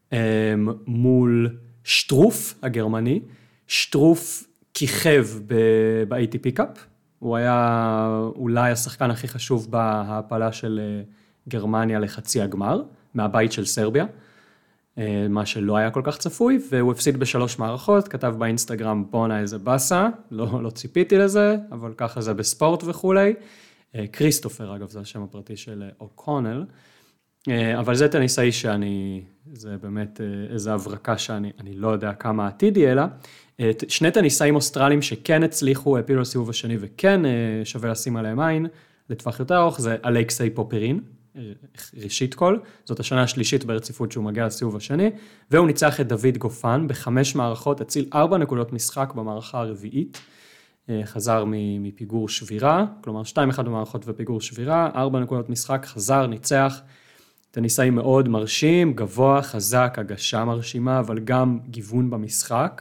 מול שטרוף הגרמני. שטרוף כיכב ב-ATP קאפ, הוא היה אולי השחקן הכי חשוב בהעפלה של גרמניה לחצי הגמר, מהבית של סרביה. מה שלא היה כל כך צפוי, והוא הפסיד ב3 מערכות, כתב באינסטגרם, בונה איזה בסה, לא ציפיתי לזה, אבל ככה זה בספורט וכולי. כריסטופר, אגב, זה השם הפרטי של אוקונל, אבל זה טניסאי זה באמת איזו הברקה שאני לא יודע כמה עתיד יהיה לה. 2 טניסאים אוסטרלים שכן הצליחו, הפילו לסיבוב השני וכן שווה לשים עליהם עין, לטווח יותר ארוך, זה אלכסיי פופרין, ראשית כל, זאת השנה השלישית ברציפות שהוא מגיע לסיבוב השני, והוא ניצח את דוד גופן ב5 מערכות, הציל 4 נקודות משחק במערכה הרביעית, חזר מפיגור שבירה, כלומר 2-1 במערכות ופיגור שבירה, 4 נקודות משחק, חזר, ניצח, טניסאי מאוד מרשים, גבוה, חזק, הגשה מרשימה, אבל גם גיוון במשחק,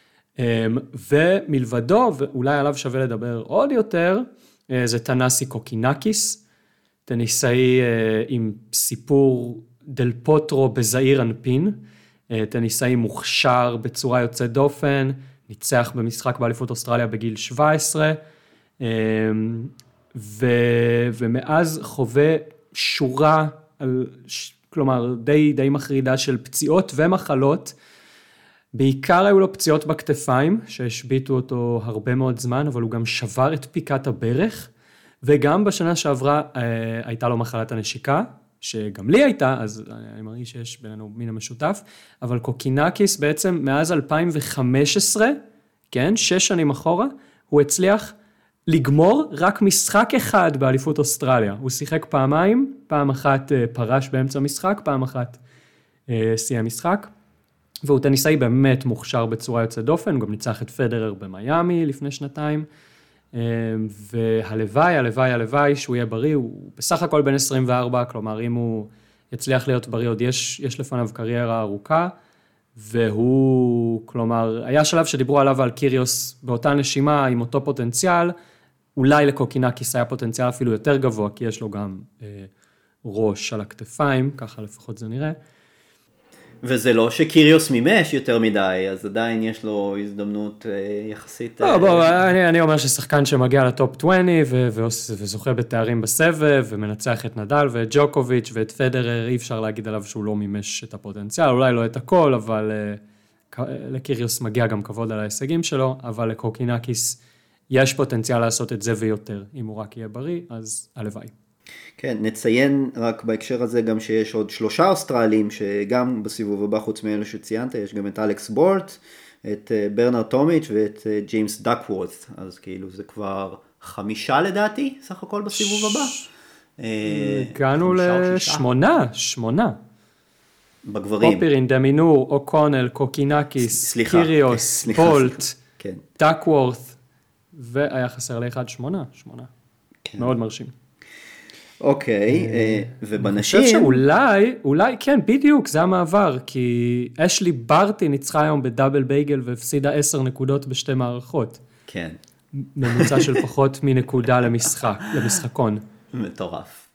ומלבדו, ואולי עליו שווה לדבר עוד יותר, זה תנסי קוקינקיס, טניסאי עם סיפור דל פוטרו בזעיר אנפין, טניסאי מוכשר בצורה יוצאת דופן, ניצח במשחק באליפות אוסטרליה בגיל 17, ומאז חווה שורה, כלומר די מחרידה של פציעות ומחלות, בעיקר היו לו פציעות בכתפיים, שהשביטו אותו הרבה מאוד זמן, אבל הוא גם שבר את פיקת הברך, וגם בשנה שעברה הייתה לו מחלת הנשיקה, שגם לי הייתה, אז אני מרגיש שיש בינינו מין המשותף, אבל קוקינקיס בעצם מאז 2015, כן, 6 שנים אחורה, הוא הצליח לגמור רק משחק אחד באליפות אוסטרליה. הוא שיחק פעמיים, פעם אחת פרש באמצע משחק, פעם אחת סיים משחק, והוא טניסאי באמת מוכשר בצורה יוצאת דופן, הוא גם ניצח את פדרר במיימי לפני 2 והלוואי שהוא יהיה בריא, הוא בסך הכל בן 24, כלומר אם הוא יצליח להיות בריא, עוד יש לפניו קריירה ארוכה, והוא, כלומר, היה שלב שדיברו עליו על קיריוס באותה נשימה עם אותו פוטנציאל, אולי לקוקינקיס היה פוטנציאל אפילו יותר גבוה, כי יש לו גם ראש על הכתפיים, ככה לפחות זה נראה. וזה לא שקיריוס מימש יותר מדי, אז עדיין יש לו הזדמנות יחסית... אני אומר ששחקן שמגיע לטופ 20 וזוכה בתארים בסבב, ומנצח את נדל ואת ג'וקוביץ' ואת פדרר, אי אפשר להגיד עליו שהוא לא מימש את הפוטנציאל, אולי לא את הכל, אבל לקיריוס מגיע גם כבוד על ההישגים שלו, אבל לקוקינקיס יש פוטנציאל לעשות את זה ויותר, אם הוא רק יהיה בריא, אז הלוואי. כן, נציין רק בהקשר הזה גם שיש עוד 3 אוסטרלים שגם בסיבוב הבא חוץ מאלו שציינת, יש גם את אלכס בולט, את ברנרד טומיץ' ואת ג'יימס דקוורת, אז כאילו זה כבר 5 לדעתי, סך הכל בסיבוב הבא. הגענו ל8. בגברים. פופרין, דמינור, אוקונל, קוקינקיס, קיריוס, בולט, דקוורת, והיה חסר לי 8. מאוד מרשים. אוקיי, ובנשים... אני חושב שאולי, כן, בדיוק, זה המעבר, כי אשלי ברטי ניצחה היום בדאבל בייגל והפסידה 10 נקודות ב2 מערכות. כן. ממוצע של פחות מנקודה למשחקון. מטורף.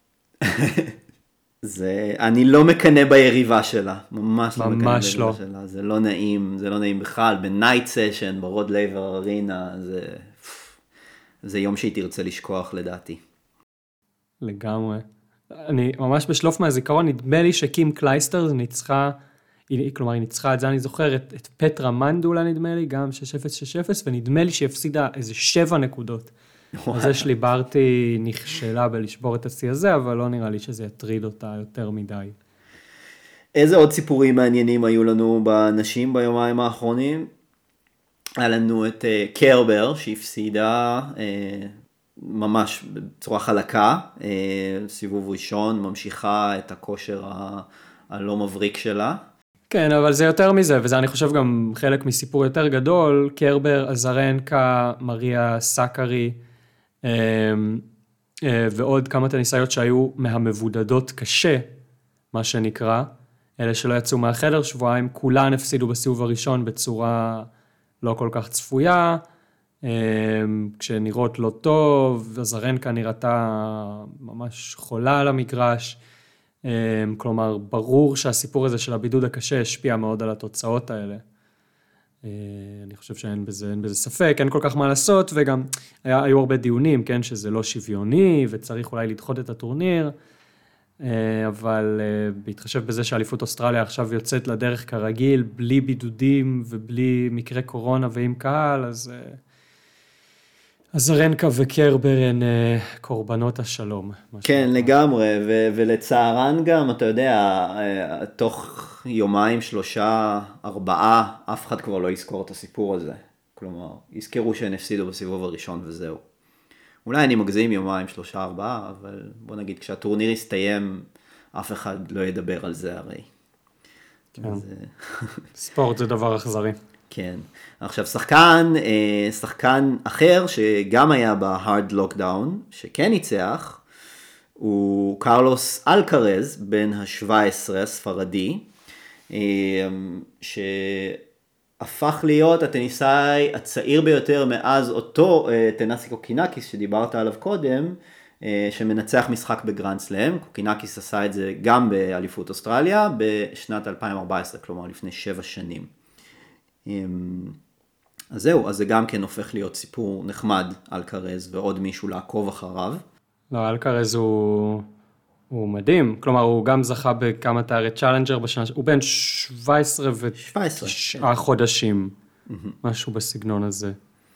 אני לא מקנה ביריבה שלה, ממש לא מקנה ביריבה שלה, זה לא נעים בכלל, בנייט סשן, ברוד לייבר ארינה, זה יום שהיא תרצה לשכוח לדעתי. לגמרי. אני ממש בשלוף מהזיכרון, נדמה לי שקים קלייסטר ניצחה, כלומר היא ניצחה את זה, אני זוכר את פטרה מנדולה נדמה לי, גם 6-0, ונדמה לי שהיא הפסידה איזה 7 נקודות. אז אשלי ברטי נכשלה בלשבור את השיא הזה, אבל לא נראה לי שזה יטריד אותה יותר מדי. איזה עוד סיפורים מעניינים היו לנו בנשים ביומיים האחרונים? היה לנו את קרבר שהפסידה ממש בצורה חלקה, סיבוב ראשון, ממשיכה את הכושר הלא מבריק שלה. כן, אבל זה יותר מזה, וזה אני חושב גם חלק מסיפור יותר גדול, קרבר, אזרנקה, מריה סאקרי, ועוד כמה טניסאיות שהיו מהמבודדות קשה, מה שנקרא, אלה שלא יצאו מהחדר שבועיים, כולן הפסידו בסיבוב הראשון בצורה לא כל כך צפויה, כשנראות לא טוב, אזרנקה נראתה ממש חולה על המגרש, כלומר, ברור שהסיפור הזה של הבידוד הקשה השפיע מאוד על התוצאות האלה. אני חושב שאין בזה ספק, אין כל כך מה לעשות, וגם היו הרבה דיונים, כן, שזה לא שוויוני, וצריך אולי לדחות את הטורניר. אבל בהתחשב בזה שאליפות אוסטרליה עכשיו יוצאת לדרך כרגיל, בלי בידודים ובלי מקרה קורונה ועם קהל, אז רנקה וקרבר הן קורבנות השלום. כן, לגמרי, ולצערן גם, אתה יודע, תוך יומיים, 3, 4, אף אחד כבר לא יזכור את הסיפור הזה. כלומר, יזכרו שהן הפסידו בסיבוב הראשון וזהו. אולי אני מגזים יומיים, 3, 4, אבל בוא נגיד, כשהטורניר יסתיים, אף אחד לא ידבר על זה הרי. כן. ספורט זה דבר אכזרי. כן. עכשיו, שחקן אחר שגם היה ב-hard lockdown, שכן ניצח, הוא קרלוס אלקרז, בן ה-17 הספרדי, שהפך להיות הטניסאי הצעיר ביותר מאז אותו תנסי קוקינקיס שדיברת עליו קודם, שמנצח משחק בגרנד סלאם. קוקינקיס עשה את זה גם באליפות אוסטרליה בשנת 2014, כלומר לפני 7 שנים. אז זהו, אז זה גם כן הופך להיות סיפור נחמד, אלקרז, ועוד מישהו לעקוב אחריו. לא, אלקרז הוא מדהים, כלומר הוא גם זכה בכמה תארי צ'אלנג'ר בשנה, הוא בן 17 ו9 חודשים, משהו בסגנון הזה.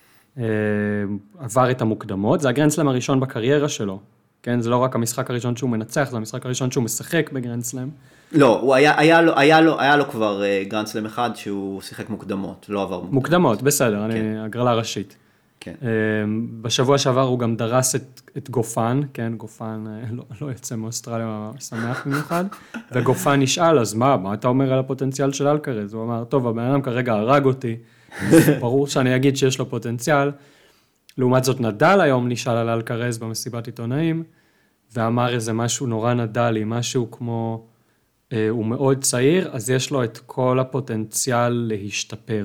עבר את המוקדמות, זה הגרנד-סלאם הראשון בקריירה שלו, כן? זה לא רק המשחק הראשון שהוא מנצח, זה המשחק הראשון שהוא משחק בגרנד-סלאם. לא, היה לו כבר גרנד-סלאם אחד שהוא שיחק מוקדמות, לא עבר מוקדמות. מוקדמות, בסדר, אני הגרלה ראשית. כן. בשבוע שעבר הוא גם דרס את גופן, כן, גופן לא יצא מאוסטרליה שמח במיוחד, וגופן נשאל, אז מה אתה אומר על הפוטנציאל של אלקרז? הוא אמר, טוב, הבן אדם כרגע הרג אותי, ברור שאני אגיד שיש לו פוטנציאל. לעומת זאת נדל היום נשאל על אלקרז במסיבת עיתונאים, ואמר איזה משהו נורא נדלי, משהו כמו, הוא מאוד צעיר, אז יש לו את כל הפוטנציאל להשתפר.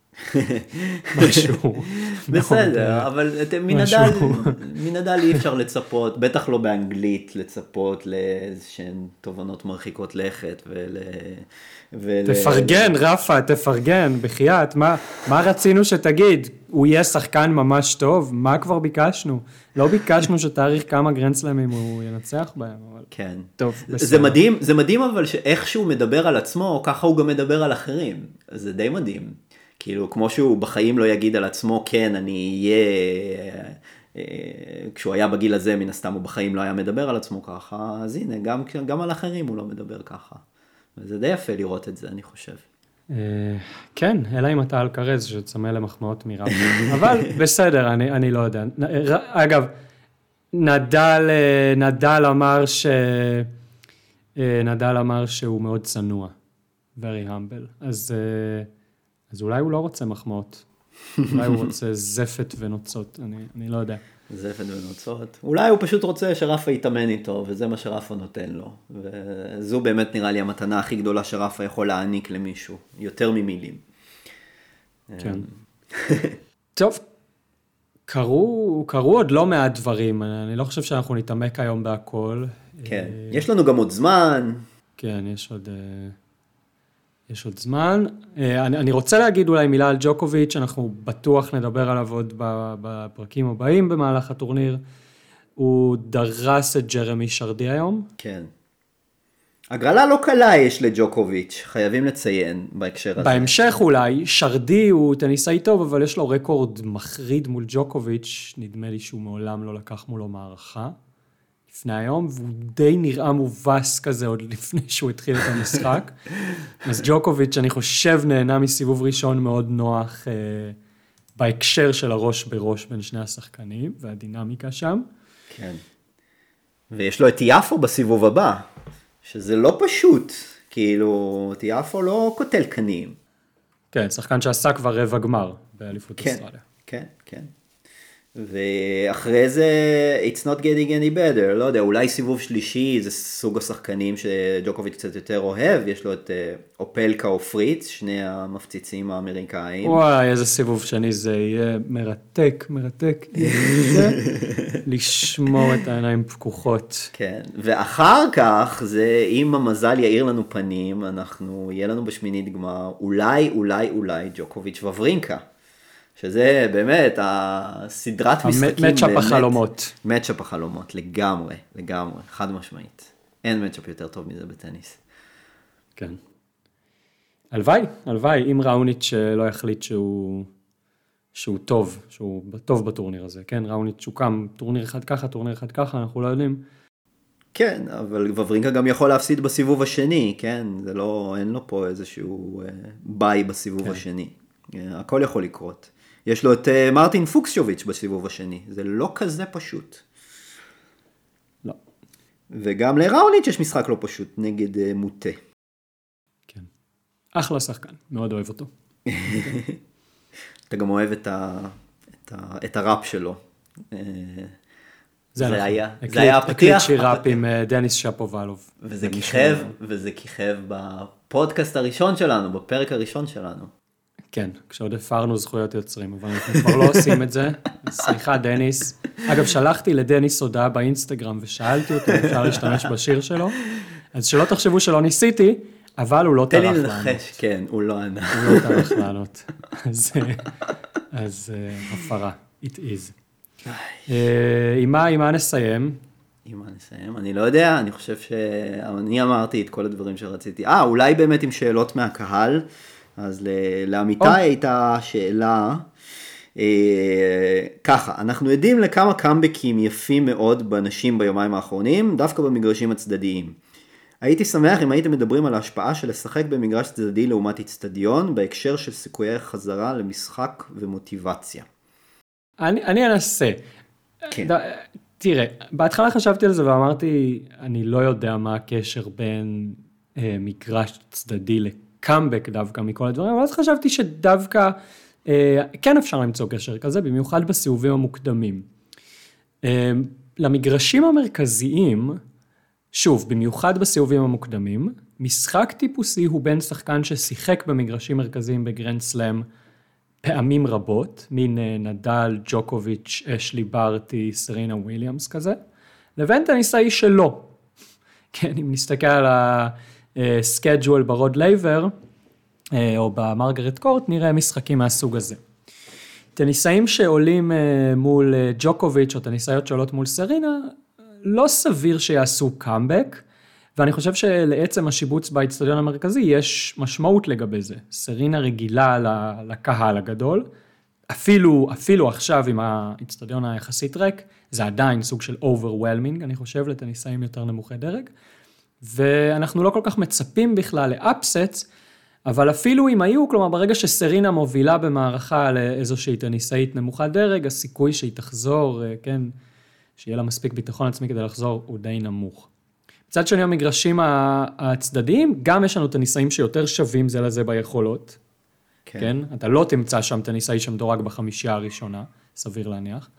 משהו. בסדר, אבל מנדל אי אפשר לצפות, בטח לא באנגלית לצפות לאיזשהן תובנות מרחיקות לכת תפרגן, רפה, תפרגן, בחייאת, מה רצינו שתגיד? הוא יהיה שחקן ממש טוב? מה כבר ביקשנו? לא ביקשנו שתאריך כמה גרנד-סלאמים הוא ינצח בהם, אבל... כן. טוב, זה מדהים אבל שאיך שהוא מדבר על עצמו, ככה הוא גם מדבר על אחרים. זה די מדהים. כאילו, כמו שהוא בחיים לא יגיד על עצמו, כן, אני אהיה... כשהוא היה בגיל הזה, מן הסתם הוא בחיים לא היה מדבר על עצמו ככה, אז הנה, גם על אחרים הוא לא מדבר ככה. וזה די יפה לראות את זה, אני חושב. כן, אלא אם אתה אלקרז, שצמא למחמאות מרב. אבל בסדר, אני לא יודע. אגב, נדל אמר שהוא מאוד צנוע. very humble. אז אולי הוא לא רוצה מחמאות. אולי הוא רוצה זפת ונוצות, אני לא יודע. זפת ונוצות. אולי הוא פשוט רוצה שרפה יתאמן איתו, וזה מה שרפה נותן לו. וזו באמת נראה לי המתנה הכי גדולה שרפה יכול להעניק למישהו, יותר ממילים. כן. טוב, קרו עוד לא מעט דברים, אני לא חושב שאנחנו נתעמק היום בהכל. כן, יש לנו גם עוד זמן. כן, יש עוד זמן. אני רוצה להגיד אולי מילה על ג'וקוביץ', אנחנו בטוח נדבר עליו עוד בפרקים הבאים במהלך הטורניר. הוא דרס את ג'רמי שרדי היום. כן. הגרלה לא קלה יש לג'וקוביץ', חייבים לציין בהקשר הזה. בהמשך אולי, שרדי הוא טניסאי טוב, אבל יש לו רקורד מחריד מול ג'וקוביץ', נדמה לי שהוא מעולם לא לקח מולו מערכה. לפני היום, והוא די נראה מובס כזה עוד לפני שהוא התחיל את המשחק. אז ג'וקוביץ', אני חושב, נהנה מסיבוב ראשון מאוד נוח בהקשר של הראש בראש בין שני השחקנים, והדינמיקה שם. כן. ויש לו את יאפו בסיבוב הבא, שזה לא פשוט, כאילו, את יאפו לא קוטל קנים. כן, שחקן שעשה כבר רבע גמר באליפות אוסטרליה. כן, כן. ואחרי זה, it's not getting any better, לא יודע, אולי סיבוב שלישי, זה סוג השחקנים שג'וקוביץ' קצת יותר אוהב, יש לו את אופלקה או פריץ, שני המפציצים האמריקאים. וואי, איזה סיבוב שני זה יהיה מרתק, לשמור את העיניים פקוחות. כן, ואחר כך, זה, אם המזל יאיר לנו פנים, יהיה לנו בשמינית גמר, אולי ג'וקוביץ' וברינקה. שזה באמת הסדרת משחקים. מצ'אפ החלומות. מצ'אפ החלומות, לגמרי, חד משמעית. אין מצ'אפ יותר טוב מזה בטניס. כן. הלוואי, אם ראוניץ' לא יחליט שהוא טוב, שהוא טוב בטורניר הזה, כן? ראוניץ' הוא קם טורניר אחד ככה, טורניר אחד ככה, אנחנו לא יודעים. כן, אבל וברינקה גם יכול להפסיד בסיבוב השני, כן? זה לא, אין לו פה איזשהו ביי בסיבוב כן. השני. הכל יכול לקרות. יש לו את מרטין פוקסשוביץ' בסיבוב השני, זה לא כזה פשוט. לא. וגם לראוניץ' יש משחק לא פשוט נגד מוטה. כן. אחלה שחקן, מאוד אוהב אותו. אתה גם אוהב את הראפ שלו. זה היה הפתיח. הקליט שיר ראפ עם דניס שפובלוב. וזה כיכב בפודקאסט הראשון שלנו, בפרק הראשון שלנו. כן, כשעוד הפרנו זכויות יוצרים, אבל אנחנו כבר לא עושים את זה. סליחה, דניס. אגב, שלחתי לדניס הודעה באינסטגרם ושאלתי אותו, אפשר להשתמש בשיר שלו. אז שלא תחשבו שלא ניסיתי, אבל הוא לא טרח לענות. תן לי לנחש, כן, הוא לא ענה. הוא לא טרח לענות. אז הפרה, it is. עם מה נסיים? עם מה נסיים? אני לא יודע, אני חושב שאני אמרתי את כל הדברים שרציתי. אולי באמת עם שאלות מהקהל. אז לאמיתי הייתה שאלה, ככה, אנחנו עדים לכמה קאמבקים יפים מאוד בנשים ביומיים האחרונים, דווקא במגרשים הצדדיים. הייתי שמח אם הייתם מדברים על ההשפעה של לשחק במגרש צדדי לעומת אצטדיון, בהקשר של סיכויי חזרה למשחק ומוטיבציה. אני אנסה. כן. תראה, בהתחלה חשבתי על זה ואמרתי, אני לא יודע מה הקשר בין מגרש צדדי קאמבק דווקא מכל הדברים, אבל אז חשבתי שדווקא כן אפשר למצוא קשר כזה, במיוחד בסיבובים המוקדמים. למגרשים המרכזיים, שוב, במיוחד בסיבובים המוקדמים, משחק טיפוסי הוא בין שחקן ששיחק במגרשים מרכזיים בגרנד סלאם פעמים רבות, מין נדל, ג'וקוביץ', אשלי ברטי, סרינה וויליאמס כזה, לבין טניסאי שלא. כן, אם נסתכל על סקייג'ואל ברוד לייבר, או במרגרט קורט, נראה משחקים מהסוג הזה. טניסאים שעולים מול ג'וקוביץ' או טניסאיות שעולות מול סרינה, לא סביר שיעשו קאמבק, ואני חושב שלעצם השיבוץ באצטדיון המרכזי יש משמעות לגבי זה. סרינה רגילה לקהל הגדול, אפילו עכשיו עם האצטדיון היחסית ריק, זה עדיין סוג של overwhelming, אני חושב, לטניסאים יותר נמוכי דרג, ואנחנו לא כל כך מצפים בכלל לאפסט, אבל אפילו אם היו, כלומר ברגע שסרינה מובילה במערכה לאיזושהי טניסאית נמוכת דרג, הסיכוי שהיא תחזור, כן, שיהיה לה מספיק ביטחון עצמי כדי לחזור, הוא די נמוך. מצד שני המגרשים הצדדיים, גם יש לנו טניסאים שיותר שווים זה לזה ביכולות, כן? אתה לא תמצא שם טניסאי שמדורג בחמישייה הראשונה, סביר להניח,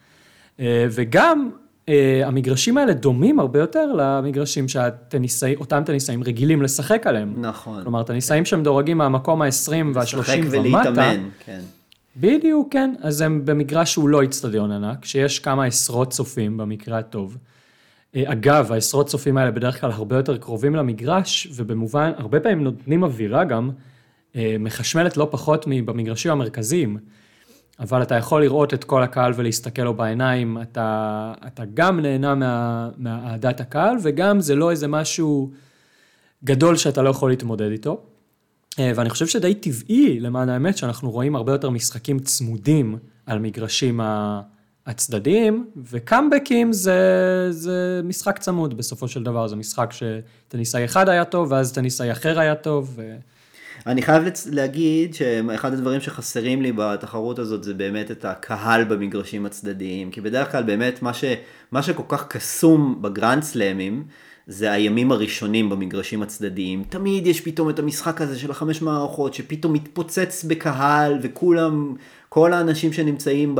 וגם המגרשים האלה דומים הרבה יותר למגרשים שאותם טניסאים רגילים לשחק עליהם. נכון. כלומר, טניסאים שמדורגים מהמקום ה-20 וה-30 ומטה. לשחק ולהתאמן, כן. בדיוק, כן. אז הם במגרש שהוא לא אצטדיון ענק, שיש כמה עשרות צופים במקרה הטוב. אגב, העשרות צופים האלה בדרך כלל הרבה יותר קרובים למגרש, ובמובן, הרבה פעמים נותנים אווירה גם, מחשמלת לא פחות מבמגרשים המרכזיים. אבל אתה יכול לראות את כל הקהל ולהסתכל לו בעיניים, אתה גם נהנה מהעדת הקהל, וגם זה לא איזה משהו גדול שאתה לא יכול להתמודד איתו. ואני חושב שדי טבעי, למען האמת, שאנחנו רואים הרבה יותר משחקים צמודים על מגרשים הצדדיים, וקאמבקים זה משחק צמוד בסופו של דבר, זה משחק שטניסאי אחד היה טוב, ואז טניסאי אחר היה טוב, אני חייב להגיד שאחד הדברים שחסרים לי בתחרות הזאת זה באמת את הקהל במגרשים הצדדיים, כי בדרך כלל באמת מה שכל כך קסום בגרנד סלאמים, זה הימים הראשונים במגרשים הצדדיים. תמיד יש פתאום את המשחק הזה של 5 מערכות, שפתאום מתפוצץ בקהל, וכולם, כל האנשים שנמצאים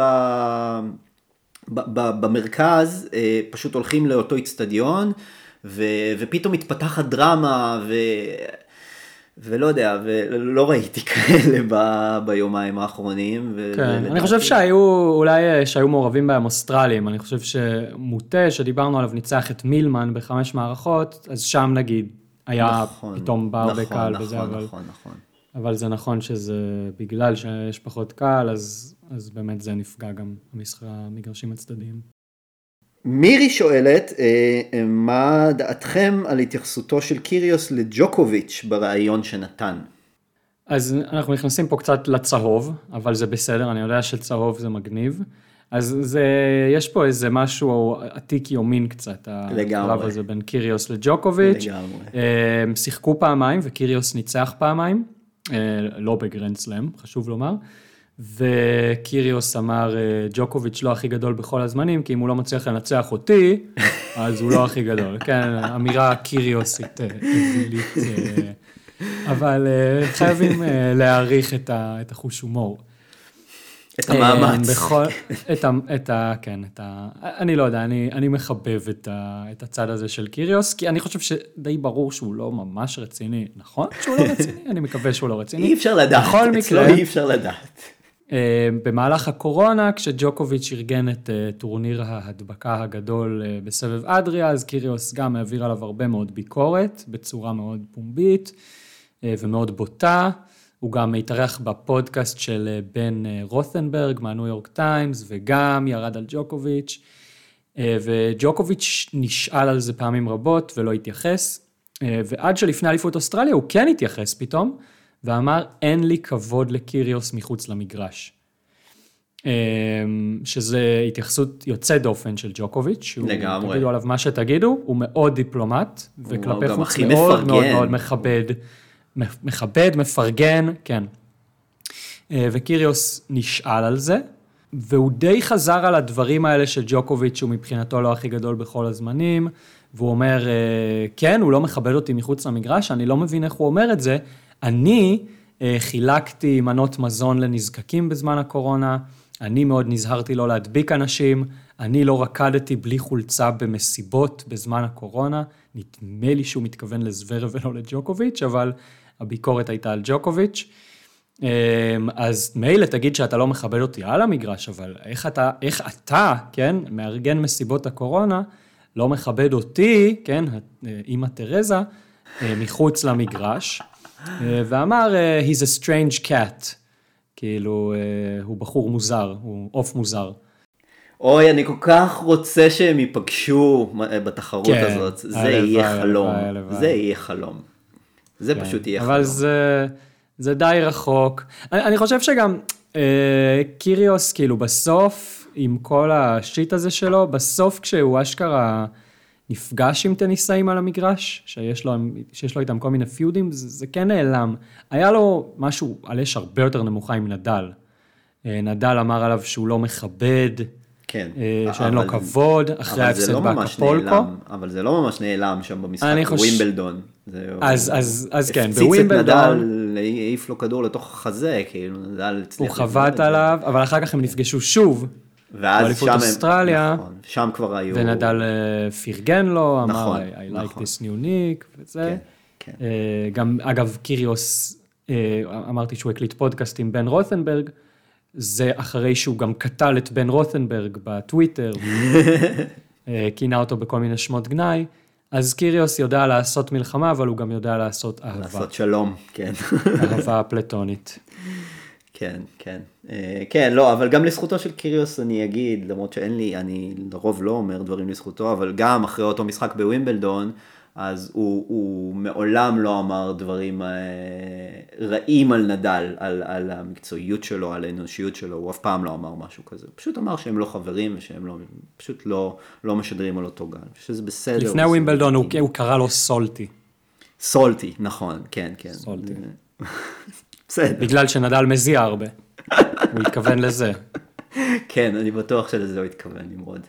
במרכז, פשוט הולכים לאותו אצטדיון, ופתאום מתפתחת דרמה, ולא יודע, ולא ראיתי כאלה ביומיים האחרונים. כן, אני חושב שהיו מעורבים בהם אוסטרלים, אני חושב שמוטה, שדיברנו עליו, ניצח את מילמן ב5 מערכות, אז שם נגיד היה פתאום בר בקהל וזה, אבל זה נכון שזה בגלל שיש פחות קהל, אז באמת זה נפגע גם המגרשים הצדדיים. מירי שואלת, מה דעתכם על התייחסותו של קיריוס לג'וקוביץ' ברעיון שנתן? אז אנחנו נכנסים פה קצת לצהוב, אבל זה בסדר, אני יודע שצהוב זה מגניב. אז יש פה איזה משהו עתיק יומין קצת, הקרב הזה בין קיריוס לג'וקוביץ'. לגמרי. שיחקו פעמיים וקיריוס ניצח פעמיים, לא בגרנד סלאם, חשוב לומר. וקיריוס אמר, ג'וקוביץ' לא הכי גדול בכל הזמנים, כי אם הוא לא מצליח לנצח אותי, אז הוא לא הכי גדול. כן, אמירה קיריוסית, אבילית, אבל חייבים להעריך את החוש הומור. את המאמץ. כן, אני לא יודע, אני מחבב את הצד הזה של קיריוס, כי אני חושב שדי ברור שהוא לא ממש רציני, נכון? שהוא לא רציני, אני מקווה שהוא לא רציני. אי אפשר לדעת, אצלו אי אפשר לדעת. במהלך הקורונה, כשג'וקוביץ' ארגן את טורניר ההדבקה הגדול בסבב אדריה, אז קיריוס גם העביר עליו הרבה מאוד ביקורת, בצורה מאוד פומבית ומאוד בוטה. הוא גם התארח בפודקאסט של בן רות'נברג מהניו יורק טיימס, וגם ירד על ג'וקוביץ', וג'וקוביץ' נשאל על זה פעמים רבות ולא התייחס, ועד שלפני אליפות אוסטרליה הוא כן התייחס פתאום, ואמר, אין לי כבוד לקיריוס מחוץ למגרש. שזה התייחסות יוצאת דופן של ג'וקוביץ', לגמרי. תגידו עליו מה שתגידו, הוא מאוד דיפלומט, וכלפי חוץ מאוד מאוד מאוד מכבד, מפרגן, כן. וקיריוס נשאל על זה, והוא די חזר על הדברים האלה של ג'וקוביץ', שהוא מבחינתו לא הכי גדול בכל הזמנים, והוא אומר, כן, הוא לא מכבד אותי מחוץ למגרש, אני לא מבין איך הוא אומר את זה, אני חילקתי מנות מזון לנזקקים בזמן הקורונה, אני מאוד נזהרתי לא להדביק אנשים, אני לא רקדתי בלי חולצה במסיבות בזמן הקורונה, נדמה לי שהוא מתכוון לזוורב ולא לג'וקוביץ', אבל הביקורת הייתה על ג'וקוביץ'. אז מילא תגיד שאתה לא מכבד אותי על המגרש, אבל איך אתה, כן, מארגן מסיבות הקורונה, לא מכבד אותי, כן, אמא תרזה, מחוץ למגרש, ואמר, he's a strange cat, כאילו, הוא בחור מוזר, הוא עוף מוזר. אוי, אני כל כך רוצה שהם ייפגשו בתחרות הזאת, זה יהיה חלום, זה יהיה חלום. זה פשוט יהיה חלום. אבל זה די רחוק. אני חושב שגם קיריוס, כאילו בסוף, עם כל השיט הזה שלו, בסוף כשהוא אשכרה נפגש עם טניסאים על המגרש, שיש לו איתם כל מיני פיודים, זה כן נעלם. היה לו משהו על אש הרבה יותר נמוכה עם נדל. נדל אמר עליו שהוא לא מכבד, כן. שאין לו כבוד, אחרי ההפסד באקפולקו. אבל זה לא ממש נעלם שם במשחק בווימבלדון. אז כן, בווימבלדון. נדל העיף לו כדור לתוך החזה, כאילו נדל הצליח. הוא חבט עליו, אבל אחר כך הם נפגשו שוב. ואז שם אוסטרליה, נכון, שם כבר היו. ונדל פרגן לו, אמר, נכון, I like this new nick, וזה. כן. גם, אגב, קיריוס, אמרתי שהוא הקליט פודקאסט עם בן רות'נברג, זה אחרי שהוא גם קטל את בן רות'נברג בטוויטר, כינה אותו בכל מיני שמות גנאי, אז קיריוס יודע לעשות מלחמה, אבל הוא גם יודע לעשות אהבה. לעשות שלום, כן. אהבה פלטונית. כן, כן. כן, לא, אבל גם לזכותו של קיריוס אני אגיד, למרות אני לרוב לא אומר דברים לזכותו, אבל גם אחרי אותו משחק בווימבלדון, אז הוא מעולם לא אמר דברים רעים על נדל, על המקצועיות שלו, על האנושיות שלו, הוא אף פעם לא אמר משהו כזה. הוא פשוט אמר שהם לא חברים, ושהם פשוט לא משדרים על אותו גל, שזה בסדר. לפני ווימבלדון הוא קרא לו סולטי. סולטי, נכון, כן, כן. סולטי. בסדר. בגלל שנדל מזיע הרבה. הוא התכוון לזה. כן, אני בטוח שלזה הוא התכוון, נמרוד.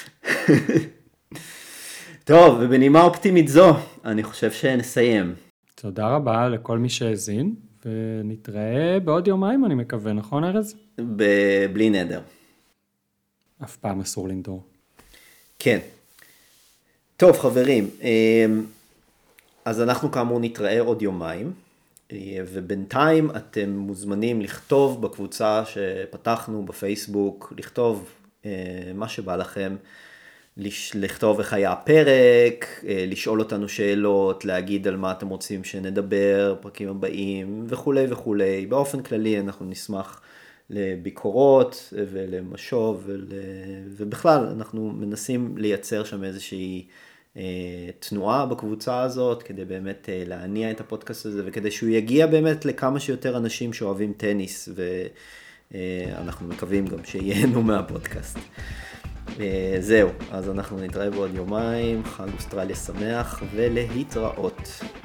טוב, ובנימה אופטימית זו, אני חושב שנסיים. תודה רבה לכל מי שהאזין, ונתראה בעוד יומיים, אני מקווה, נכון ארז? בלי נדר. אף פעם אסור לנדור. כן. טוב, חברים, אז אנחנו כאמור נתראה עוד יומיים, ובינתיים אתם מוזמנים לכתוב בקבוצה שפתחנו בפייסבוק, לכתוב מה שבא לכם, לכתוב איך היה הפרק, לשאול אותנו שאלות, להגיד על מה אתם רוצים שנדבר, פרקים הבאים וכו' וכו'. באופן כללי אנחנו נשמח לביקורות ולמשוב, ובכלל אנחנו מנסים לייצר שם איזושהי תנועה בקבוצה הזאת, כדי באמת להניע את הפודקאסט הזה, וכדי שהוא יגיע באמת לכמה שיותר אנשים שאוהבים טניס, ואנחנו מקווים גם שיהנו מהפודקאסט. זהו, אז אנחנו נתראה בעוד יומיים, חג אוסטרליה שמח ולהתראות.